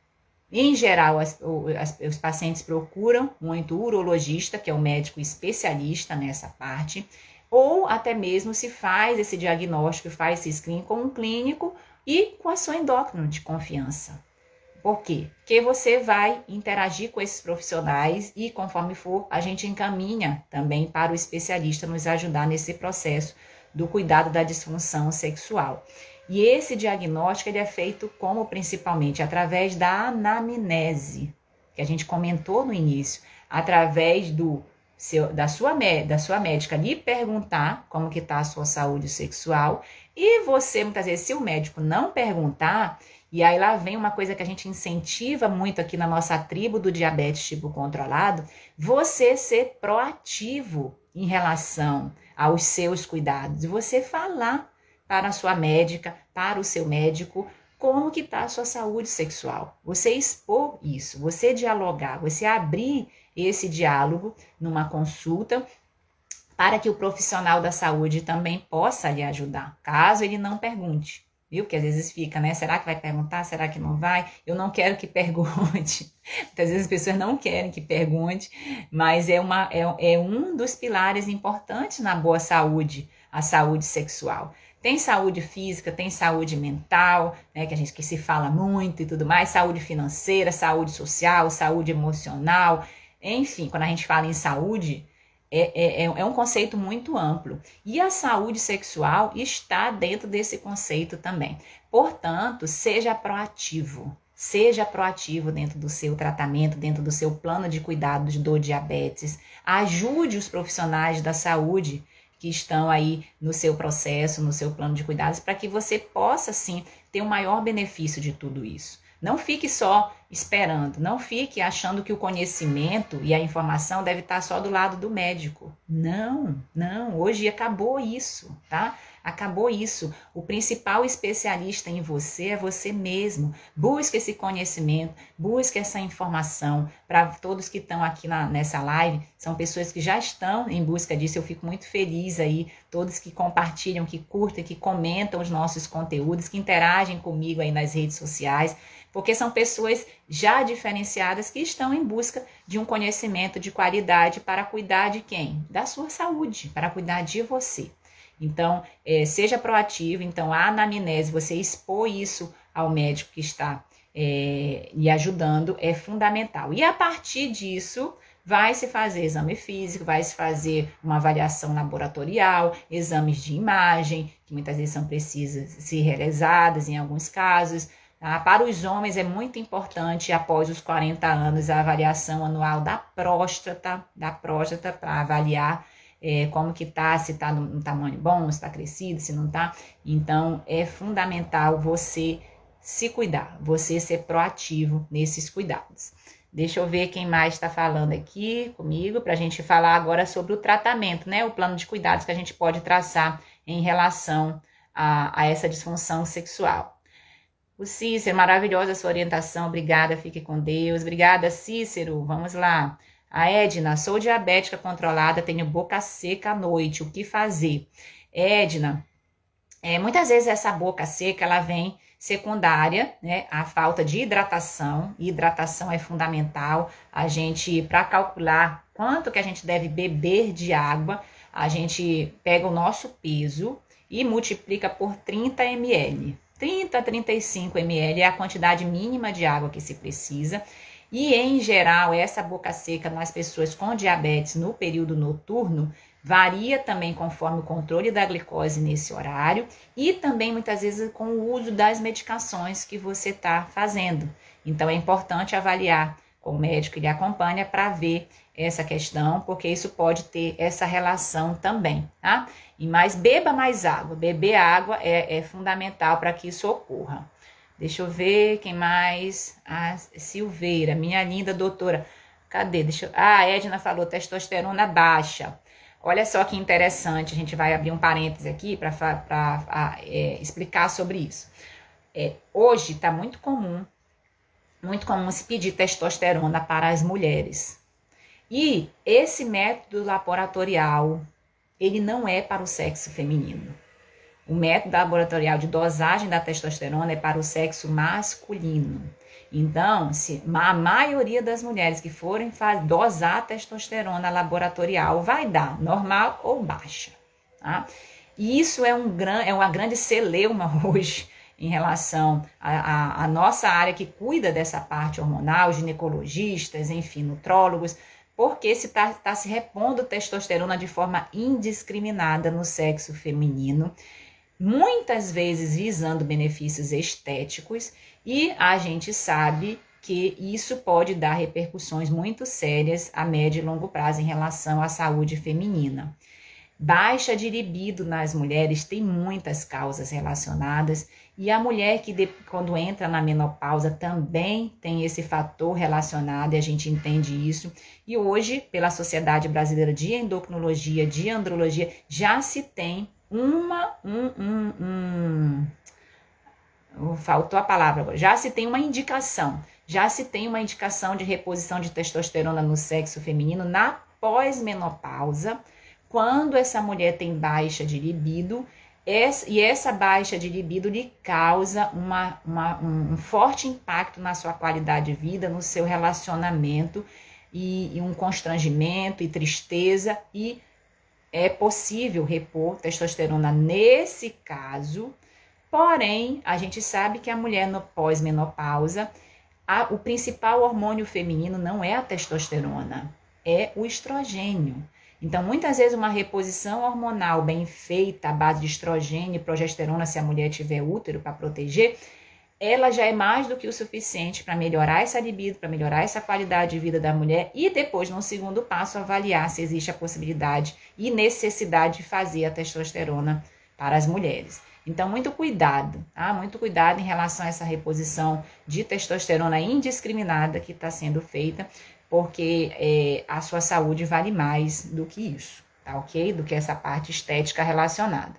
A: Em geral, as, as, os pacientes procuram muito o urologista, que é o médico especialista nessa parte, ou até mesmo se faz esse diagnóstico, faz esse screening com um clínico e com a sua endócrino de confiança. Por quê? Porque você vai interagir com esses profissionais e, conforme for, a gente encaminha também para o especialista nos ajudar nesse processo do cuidado da disfunção sexual. E esse diagnóstico ele é feito como principalmente através da anamnese, que a gente comentou no início, através do seu, da, sua, da sua médica lhe perguntar como que está a sua saúde sexual, e você, muitas vezes, se o médico não perguntar, e aí lá vem uma coisa que a gente incentiva muito aqui na nossa tribo do diabetes tipo controlado, você ser proativo em relação aos seus cuidados, e você falar para a sua médica, para o seu médico, como que está a sua saúde sexual. Você expor isso, você dialogar, você abrir esse diálogo numa consulta para que o profissional da saúde também possa lhe ajudar, caso ele não pergunte. Viu? Que às vezes fica, né? Será que vai perguntar? Será que não vai? Eu não quero que pergunte. Muitas vezes as pessoas não querem que pergunte, mas é, uma, é, é um dos pilares importantes na boa saúde, a saúde sexual. Tem saúde física, tem saúde mental, né, que a gente que se fala muito e tudo mais, saúde financeira, saúde social, saúde emocional, enfim, quando a gente fala em saúde, é, é, é um conceito muito amplo. E a saúde sexual está dentro desse conceito também. Portanto, seja proativo, seja proativo dentro do seu tratamento, dentro do seu plano de cuidados do diabetes. Ajude os profissionais da saúde que estão aí no seu processo, no seu plano de cuidados, para que você possa, sim, ter o maior benefício de tudo isso. Não fique só esperando, não fique achando que o conhecimento e a informação deve estar só do lado do médico. Não, não, hoje acabou isso, tá? Acabou isso. O principal especialista em você é você mesmo. Busque esse conhecimento, busque essa informação. Para todos que estão aqui na, nessa live, são pessoas que já estão em busca disso. Eu fico muito feliz aí, todos que compartilham, que curtem, que comentam os nossos conteúdos, que interagem comigo aí nas redes sociais, porque são pessoas já diferenciadas que estão em busca de um conhecimento de qualidade para cuidar de quem? Da sua saúde, para cuidar de você. Então, é, seja proativo. Então, a anamnese, você expor isso ao médico que está é, lhe ajudando, é fundamental. E a partir disso, vai se fazer exame físico, vai se fazer uma avaliação laboratorial, exames de imagem, que muitas vezes são precisas ser realizadas em alguns casos. Tá? Para os homens é muito importante, após os quarenta anos, a avaliação anual da próstata, da próstata para avaliar É, como que tá, se tá num tamanho bom, se tá crescido, se não tá. Então, é fundamental você se cuidar, você ser proativo nesses cuidados. Deixa eu ver quem mais está falando aqui comigo, para a gente falar agora sobre o tratamento, né? O plano de cuidados que a gente pode traçar em relação a, a essa disfunção sexual. O Cícero, maravilhosa a sua orientação, obrigada, fique com Deus. Obrigada, Cícero, vamos lá. A Edna, sou diabética controlada, tenho boca seca à noite, o que fazer? Edna, é, muitas vezes essa boca seca, ela vem secundária, né, a falta de hidratação. Hidratação é fundamental. A gente, para calcular quanto que a gente deve beber de água, a gente pega o nosso peso e multiplica por trinta mililitros. trinta a trinta e cinco mililitros é a quantidade mínima de água que se precisa. E, em geral, essa boca seca nas pessoas com diabetes no período noturno varia também conforme o controle da glicose nesse horário e também, muitas vezes, com o uso das medicações que você está fazendo. Então, é importante avaliar com o médico que lhe acompanha para ver essa questão, porque isso pode ter essa relação também, tá? E mais, beba mais água. Beber água é, é fundamental para que isso ocorra. Deixa eu ver quem mais. A ah, Silveira, minha linda doutora. Cadê? Deixa eu... Ah, a Edna falou testosterona baixa. Olha só que interessante. A gente vai abrir um parêntese aqui para é, explicar sobre isso. É, hoje está muito comum, muito comum se pedir testosterona para as mulheres. E esse método laboratorial, ele não é para o sexo feminino. O método laboratorial de dosagem da testosterona é para o sexo masculino. Então, se a maioria das mulheres que forem faz, dosar a testosterona laboratorial vai dar normal ou baixa. Tá? E isso é, um gran, é uma grande celeuma hoje em relação à nossa área que cuida dessa parte hormonal, ginecologistas, enfim, nutrólogos, porque se está tá se repondo testosterona de forma indiscriminada no sexo feminino, muitas vezes visando benefícios estéticos, e a gente sabe que isso pode dar repercussões muito sérias a médio e longo prazo em relação à saúde feminina. Baixa de libido nas mulheres tem muitas causas relacionadas, e a mulher que de, quando entra na menopausa também tem esse fator relacionado, e a gente entende isso. E hoje, pela Sociedade Brasileira de Endocrinologia, de Andrologia, já se tem uma, um, um, um, faltou a palavra agora, já se tem uma indicação, já se tem uma indicação de reposição de testosterona no sexo feminino na pós-menopausa, quando essa mulher tem baixa de libido, essa, e essa baixa de libido lhe causa uma, uma, um, um forte impacto na sua qualidade de vida, no seu relacionamento, e, e um constrangimento e tristeza, e é possível repor testosterona nesse caso, porém, a gente sabe que a mulher no pós-menopausa, a, o principal hormônio feminino não é a testosterona, é o estrogênio. Então, muitas vezes uma reposição hormonal bem feita, à base de estrogênio e progesterona, se a mulher tiver útero para proteger, ela já é mais do que o suficiente para melhorar essa libido, para melhorar essa qualidade de vida da mulher e depois, no segundo passo, avaliar se existe a possibilidade e necessidade de fazer a testosterona para as mulheres. Então, muito cuidado, tá? Muito cuidado em relação a essa reposição de testosterona indiscriminada que está sendo feita, porque é, a sua saúde vale mais do que isso, tá ok? Do que essa parte estética relacionada.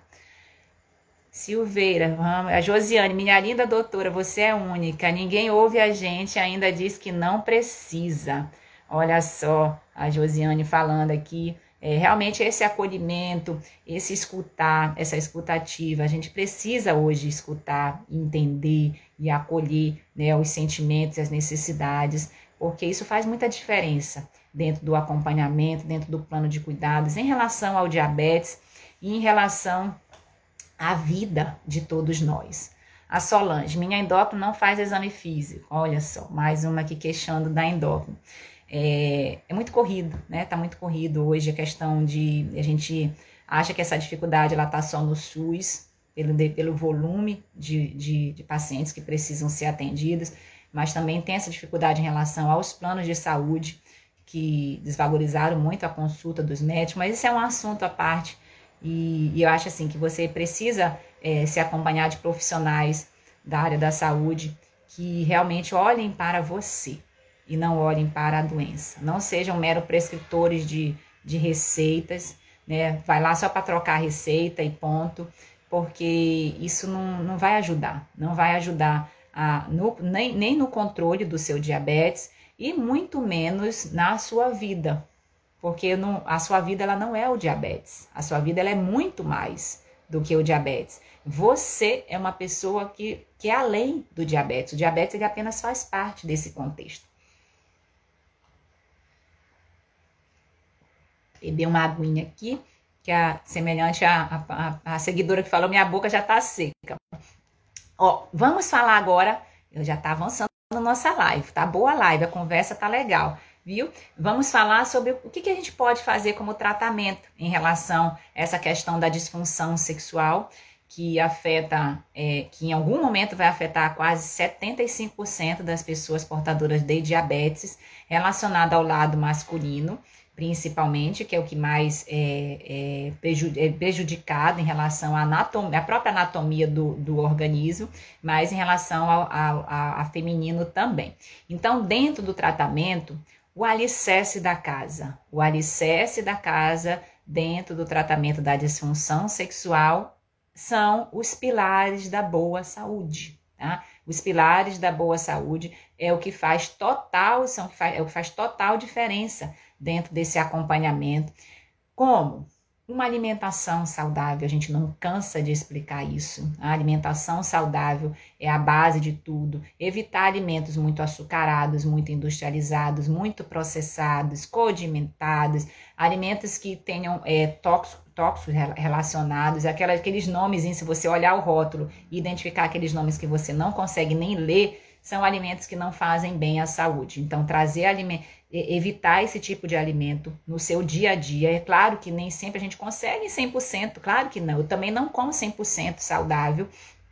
A: Silveira, a Josiane, minha linda doutora, você é única, ninguém ouve a gente, ainda diz que não precisa. Olha só a Josiane falando aqui, é, realmente esse acolhimento, esse escutar, essa escutativa, a gente precisa hoje escutar, entender e acolher, né, os sentimentos e as necessidades, porque isso faz muita diferença dentro do acompanhamento, dentro do plano de cuidados, em relação ao diabetes e em relação a vida de todos nós. A Solange, minha endócrina não faz exame físico. Olha só, mais uma aqui queixando da endócrina. É, é muito corrido, né? Tá muito corrido hoje a questão de... A gente acha que essa dificuldade ela tá só no SUS, pelo, pelo volume de, de, de pacientes que precisam ser atendidos, mas também tem essa dificuldade em relação aos planos de saúde, que desvalorizaram muito a consulta dos médicos, mas isso é um assunto à parte. E, e eu acho assim que você precisa é, se acompanhar de profissionais da área da saúde que realmente olhem para você e não olhem para a doença. Não sejam mero prescritores de, de receitas, né? Vai lá só para trocar a receita e ponto, porque isso não, não vai ajudar. Não vai ajudar a, no, nem, nem no controle do seu diabetes e muito menos na sua vida. Porque não, a sua vida ela não é o diabetes. A sua vida ela é muito mais do que o diabetes. Você é uma pessoa que, que é além do diabetes. O diabetes ele apenas faz parte desse contexto. Beber uma aguinha aqui, que é semelhante à, à, à seguidora que falou, minha boca já tá seca. Ó, vamos falar agora, eu já tá avançando na nossa live, tá boa a live, a conversa tá legal. Viu? Vamos falar sobre o que, que a gente pode fazer como tratamento em relação a essa questão da disfunção sexual, que afeta, é, que em algum momento vai afetar quase setenta e cinco por cento das pessoas portadoras de diabetes, relacionada ao lado masculino, principalmente, que é o que mais é, é prejudicado em relação à, anatomia, à própria anatomia do, do organismo, mas em relação ao, ao, ao, ao feminino também. Então, dentro do tratamento, o alicerce da casa, o alicerce da casa dentro do tratamento da disfunção sexual são os pilares da boa saúde, tá? Os pilares da boa saúde é o que faz total, são, é o que faz total diferença dentro desse acompanhamento. Como? Uma alimentação saudável, a gente não cansa de explicar isso. A alimentação saudável é a base de tudo. Evitar alimentos muito açucarados, muito industrializados, muito processados, condimentados, alimentos que tenham é, tóxicos, tóxicos relacionados, aquelas, aqueles nomes, se você olhar o rótulo e identificar aqueles nomes que você não consegue nem ler, são alimentos que não fazem bem à saúde. Então, trazer alimento, evitar esse tipo de alimento no seu dia a dia. É claro que nem sempre a gente consegue cem por cento, claro que não. Eu também não como cem por cento saudável.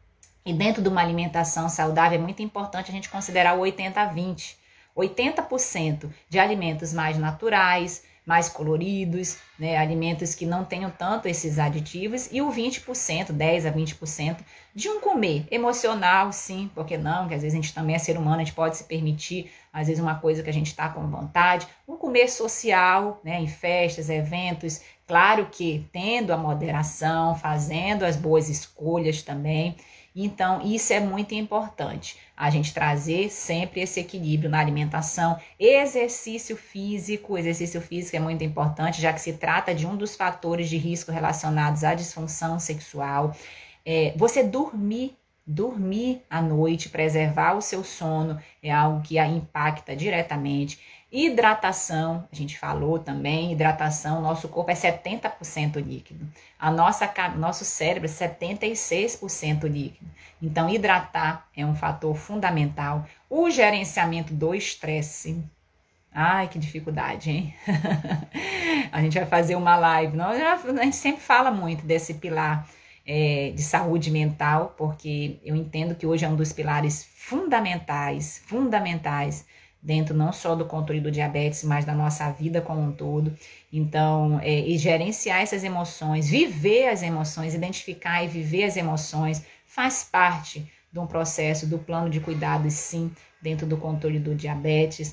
A: E dentro de uma alimentação saudável é muito importante a gente considerar o oitenta a vinte. oitenta por cento de alimentos mais naturais, mais coloridos, né, alimentos que não tenham tanto esses aditivos, e o vinte por cento, dez a vinte por cento de um comer emocional, sim, porque não, que às vezes a gente também é ser humano, a gente pode se permitir, às vezes uma coisa que a gente está com vontade, um comer social, né, em festas, eventos, claro que tendo a moderação, fazendo as boas escolhas também. Então, isso é muito importante, a gente trazer sempre esse equilíbrio na alimentação. Exercício físico, exercício físico é muito importante, já que se trata de um dos fatores de risco relacionados à disfunção sexual. É, você dormir, dormir à noite, preservar o seu sono, é algo que a impacta diretamente. Hidratação, a gente falou também, hidratação, nosso corpo é setenta por cento líquido, a nossa, nosso cérebro é setenta e seis por cento líquido, então hidratar é um fator fundamental. O gerenciamento do estresse, ai que dificuldade, hein? A gente vai fazer uma live, não, a gente sempre fala muito desse pilar, é, de saúde mental, porque eu entendo que hoje é um dos pilares fundamentais, fundamentais, dentro não só do controle do diabetes, mas da nossa vida como um todo. Então, é, e gerenciar essas emoções, viver as emoções, identificar e viver as emoções, faz parte de um processo do plano de cuidados, sim, dentro do controle do diabetes.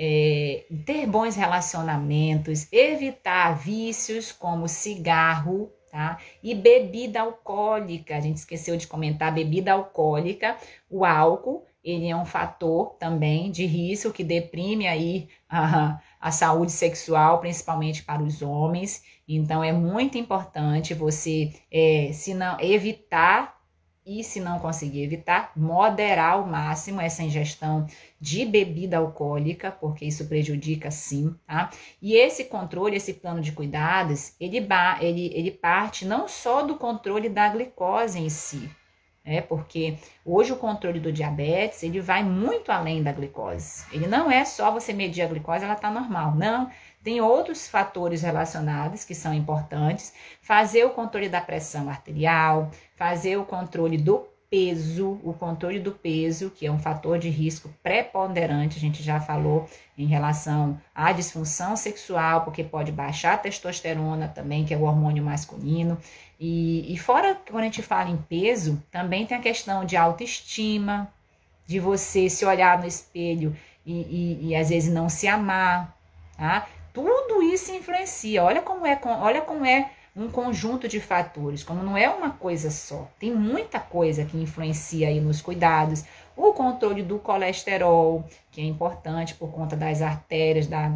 A: É, ter bons relacionamentos, evitar vícios como cigarro, tá? E bebida alcoólica. A gente esqueceu de comentar, bebida alcoólica. O álcool, ele é um fator também de risco que deprime aí a, a saúde sexual, principalmente para os homens. Então, é muito importante você, é, se não, evitar e, se não conseguir evitar, moderar ao máximo essa ingestão de bebida alcoólica, porque isso prejudica sim, tá? E esse controle, esse plano de cuidados, ele, ele, ele parte não só do controle da glicose em si, né? Porque hoje o controle do diabetes, ele vai muito além da glicose. Ele não é só você medir a glicose, ela tá normal, não. Tem outros fatores relacionados que são importantes. Fazer o controle da pressão arterial, fazer o controle do peso, o controle do peso, que é um fator de risco preponderante, a gente já falou em relação à disfunção sexual, porque pode baixar a testosterona também, que é o hormônio masculino. E, e fora, quando a gente fala em peso, também tem a questão de autoestima, de você se olhar no espelho e, e, e às vezes não se amar, tá? Tudo isso influencia. Olha como é, olha como é um conjunto de fatores, como não é uma coisa só. Tem muita coisa que influencia aí nos cuidados. O controle do colesterol, que é importante por conta das artérias, da,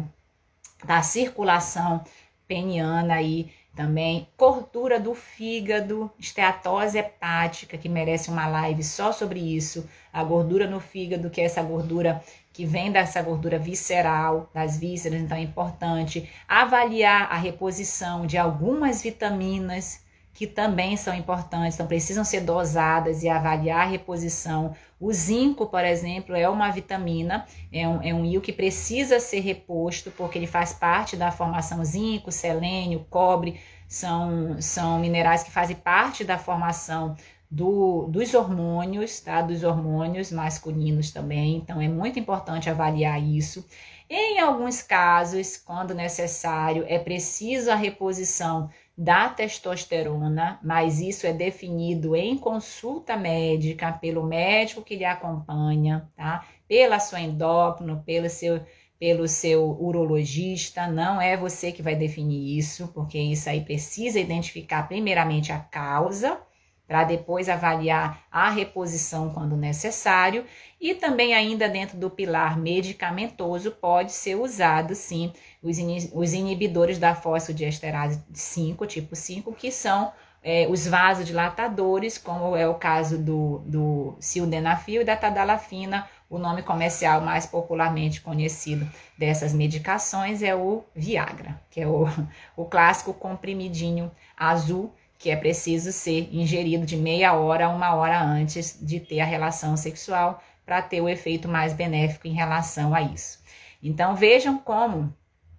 A: da circulação peniana aí também. Gordura do fígado, esteatose hepática, que merece uma live só sobre isso. A gordura no fígado, que é essa gordura que vem dessa gordura visceral, das vísceras, então é importante avaliar a reposição de algumas vitaminas que também são importantes, então precisam ser dosadas e avaliar a reposição. O zinco, por exemplo, é uma vitamina, é um, é um íon que precisa ser reposto, porque ele faz parte da formação zinco, selênio, cobre, são, são minerais que fazem parte da formação Do, dos hormônios, tá? Dos hormônios masculinos também, então é muito importante avaliar isso. Em alguns casos, quando necessário, é preciso a reposição da testosterona, mas isso é definido em consulta médica pelo médico que lhe acompanha, tá? Pela sua endócrino, pelo seu, pelo seu urologista, não é você que vai definir isso, porque isso aí precisa identificar primeiramente a causa, para depois avaliar a reposição quando necessário, e também ainda dentro do pilar medicamentoso pode ser usado sim os, in, os inibidores da fosfodiesterase cinco, tipo cinco, que são é, os vasodilatadores, como é o caso do, do sildenafil e da tadalafina. O nome comercial mais popularmente conhecido dessas medicações é o Viagra, que é o, o clássico comprimidinho azul, que é preciso ser ingerido de meia hora a uma hora antes de ter a relação sexual para ter o efeito mais benéfico em relação a isso. Então vejam como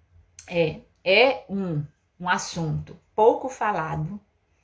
A: é, é um, um assunto pouco falado,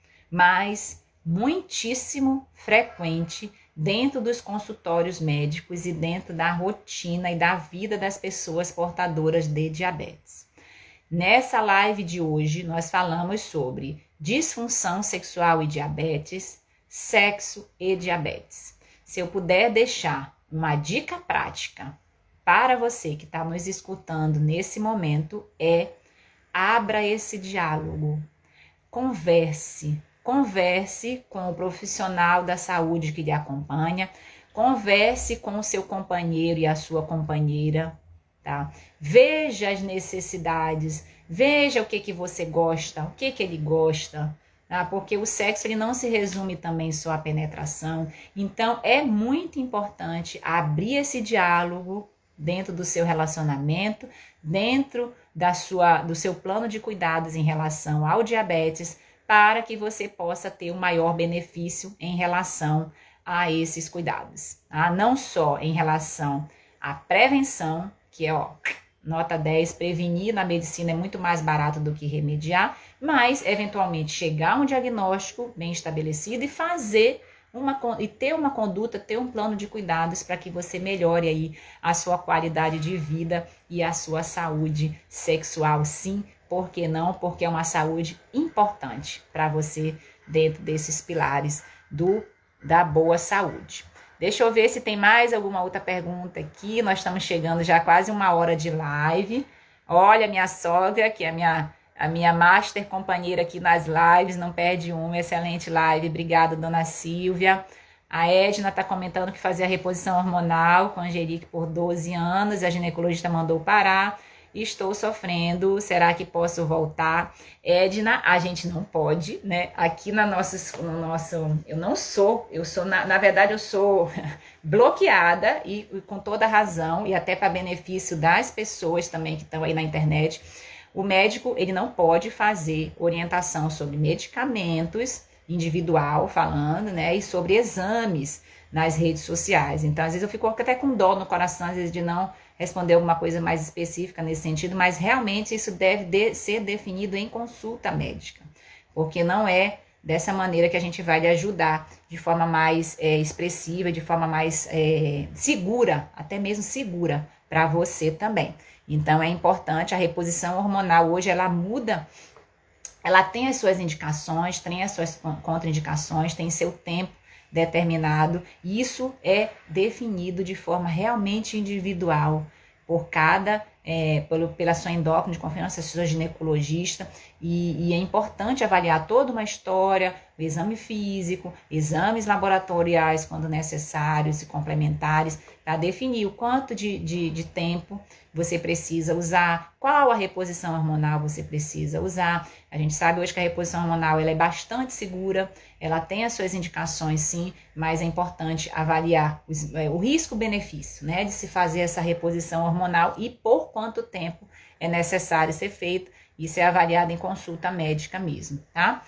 A: mas muitíssimo frequente dentro dos consultórios médicos e dentro da rotina e da vida das pessoas portadoras de diabetes. Nessa live de hoje, nós falamos sobre disfunção sexual e diabetes, sexo e diabetes. Se eu puder deixar uma dica prática para você que está nos escutando nesse momento, é abra esse diálogo, converse, converse com o profissional da saúde que lhe acompanha, converse com o seu companheiro e a sua companheira, tá? Veja as necessidades, veja o que que você gosta, o que que ele gosta, tá? Porque o sexo ele não se resume também só à penetração. Então é muito importante abrir esse diálogo dentro do seu relacionamento, dentro da sua, do seu plano de cuidados em relação ao diabetes, para que você possa ter o maior benefício em relação a esses cuidados, tá? Não só em relação à prevenção, que é ó, nota dez, prevenir na medicina é muito mais barato do que remediar, mas eventualmente chegar a um diagnóstico bem estabelecido e fazer uma, e ter uma conduta, ter um plano de cuidados para que você melhore aí a sua qualidade de vida e a sua saúde sexual, sim. Por que não? Porque é uma saúde importante para você dentro desses pilares do, da boa saúde. Deixa eu ver se tem mais alguma outra pergunta aqui. Nós estamos chegando já quase uma hora de live. Olha, minha sogra, que é a minha, a minha master companheira aqui nas lives, não perde uma, excelente live. Obrigada, dona Silvia. A Edna está comentando que fazia reposição hormonal com a Angelique por doze anos, a ginecologista mandou parar. Estou sofrendo, será que posso voltar? Edna, a gente não pode, né? Aqui na nossa, no nosso, eu não sou, eu sou, na, na verdade eu sou bloqueada e, e com toda razão, e até para benefício das pessoas também que estão aí na internet. O médico, ele não pode fazer orientação sobre medicamentos, individual falando, né? E sobre exames nas redes sociais. Então, às vezes eu fico até com dó no coração, às vezes de não responder alguma coisa mais específica nesse sentido, mas realmente isso deve de, ser definido em consulta médica, porque não é dessa maneira que a gente vai lhe ajudar de forma mais é, expressiva, de forma mais é, segura, até mesmo segura para você também. Então é importante, a reposição hormonal hoje ela muda, ela tem as suas indicações, tem as suas contraindicações, tem seu tempo determinado, e isso é definido de forma realmente individual por cada, é, pelo, pela sua endócrina de confiança, sua ginecologista, e, e é importante avaliar toda uma história, o exame físico, exames laboratoriais quando necessários e complementares, para definir o quanto de, de, de tempo você precisa usar, qual a reposição hormonal você precisa usar. A gente sabe hoje que a reposição hormonal ela é bastante segura, ela tem as suas indicações sim, mas é importante avaliar os, é, o risco-benefício, né, de se fazer essa reposição hormonal e por quanto tempo é necessário ser feito. Isso é avaliado em consulta médica mesmo, tá?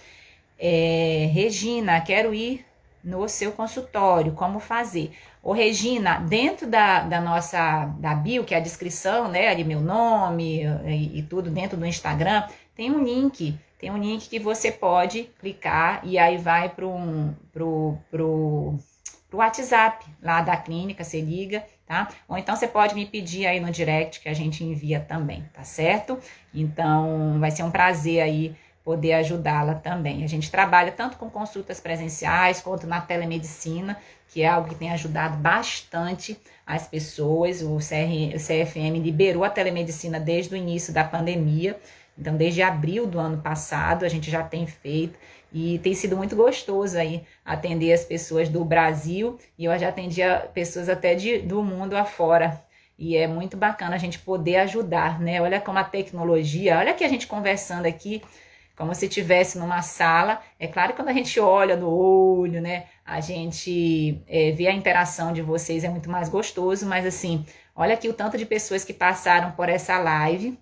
A: É, Regina, quero ir no seu consultório, como fazer? Ô Regina, dentro da, da nossa, da bio, que é a descrição, né, ali meu nome e, e tudo dentro do Instagram, tem um link, tem um link que você pode clicar e aí vai pro, um, pro, pro, pro WhatsApp lá da clínica, você liga, tá? Ou então você pode me pedir aí no direct que a gente envia também, tá certo? Então vai ser um prazer aí poder ajudá-la também. A gente trabalha tanto com consultas presenciais quanto na telemedicina, que é algo que tem ajudado bastante as pessoas. O C R, o C F M liberou a telemedicina desde o início da pandemia, então desde abril do ano passado a gente já tem feito e tem sido muito gostoso aí atender as pessoas do Brasil, e eu já atendia pessoas até de, do mundo afora. E é muito bacana a gente poder ajudar, né? Olha como a tecnologia, olha que a gente conversando aqui, como se estivesse numa sala. É claro que quando a gente olha no olho, né, a gente é, vê a interação de vocês, é muito mais gostoso, mas assim, olha aqui o tanto de pessoas que passaram por essa live,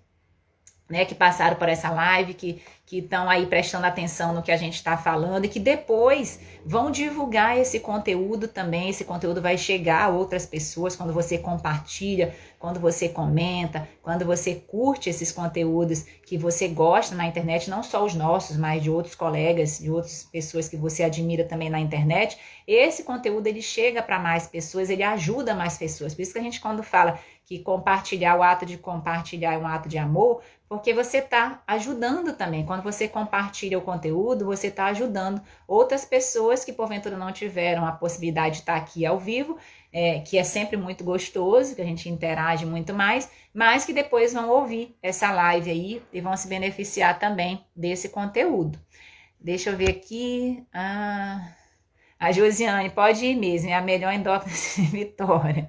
A: né, que passaram por essa live, que que estão aí prestando atenção no que a gente está falando e que depois vão divulgar esse conteúdo também. Esse conteúdo vai chegar a outras pessoas quando você compartilha, quando você comenta, quando você curte esses conteúdos que você gosta na internet, não só os nossos, mas de outros colegas, de outras pessoas que você admira também na internet. Esse conteúdo ele chega para mais pessoas, ele ajuda mais pessoas. Por isso que a gente quando fala que compartilhar, o ato de compartilhar é um ato de amor, porque você está ajudando também. Quando você compartilha o conteúdo, você está ajudando outras pessoas que porventura não tiveram a possibilidade de estar aqui ao vivo, é, que é sempre muito gostoso, que a gente interage muito mais, mas que depois vão ouvir essa live aí e vão se beneficiar também desse conteúdo. Deixa eu ver aqui. Ah, a Josiane, pode ir mesmo, é a melhor endócrina de Vitória.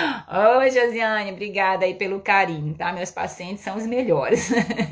A: Oi, Josiane, obrigada aí pelo carinho, tá? Meus pacientes são os melhores,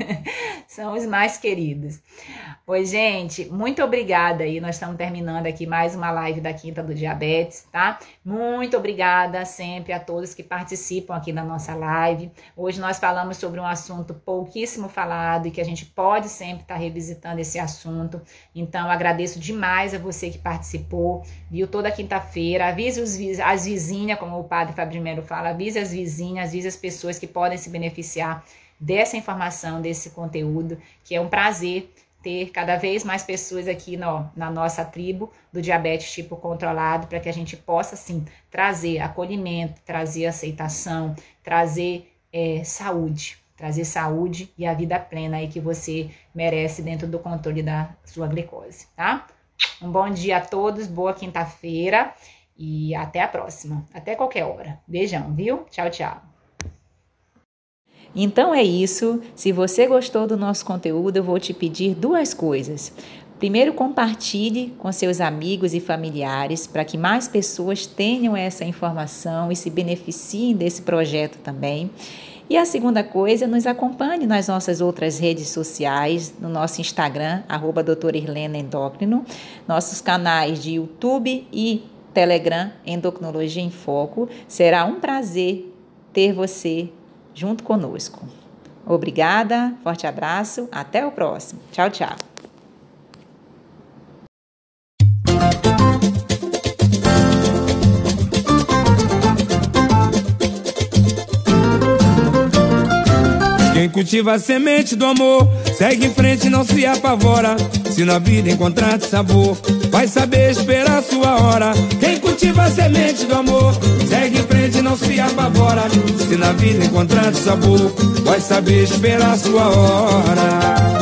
A: são os mais queridos. Oi, gente, muito obrigada aí, nós estamos terminando aqui mais uma live da Quinta do Diabetes, tá? Muito obrigada sempre a todos que participam aqui da nossa live. Hoje nós falamos sobre um assunto pouquíssimo falado e que a gente pode sempre estar revisitando esse assunto, então agradeço demais a você que participou. favor, viu? Toda quinta-feira, avise os, as vizinhas, como o padre Fábio Melo fala, avise as vizinhas, avise as pessoas que podem se beneficiar dessa informação, desse conteúdo, que é um prazer ter cada vez mais pessoas aqui no, na nossa tribo do diabetes tipo controlado, para que a gente possa, sim, trazer acolhimento, trazer aceitação, trazer é, saúde, trazer saúde e a vida plena aí que você merece dentro do controle da sua glicose, tá? Um bom dia a todos, boa quinta-feira e até a próxima, até qualquer hora. Beijão, viu? Tchau, tchau. Então é isso. Se você gostou do nosso conteúdo, eu vou te pedir duas coisas. Primeiro, compartilhe com seus amigos e familiares para que mais pessoas tenham essa informação e se beneficiem desse projeto também. E a segunda coisa, nos acompanhe nas nossas outras redes sociais, no nosso Instagram, arroba doutora Irlena Endócrino, nossos canais de YouTube e Telegram, Endocrinologia em Foco. Será um prazer ter você junto conosco. Obrigada, forte abraço, até o próximo. Tchau, tchau.
B: Quem cultiva a semente do amor segue em frente e não se apavora. Se na vida encontrar sabor, vai saber esperar a sua hora. Quem cultiva a semente do amor segue em frente e não se apavora. Se na vida encontrar sabor, vai saber esperar a sua hora.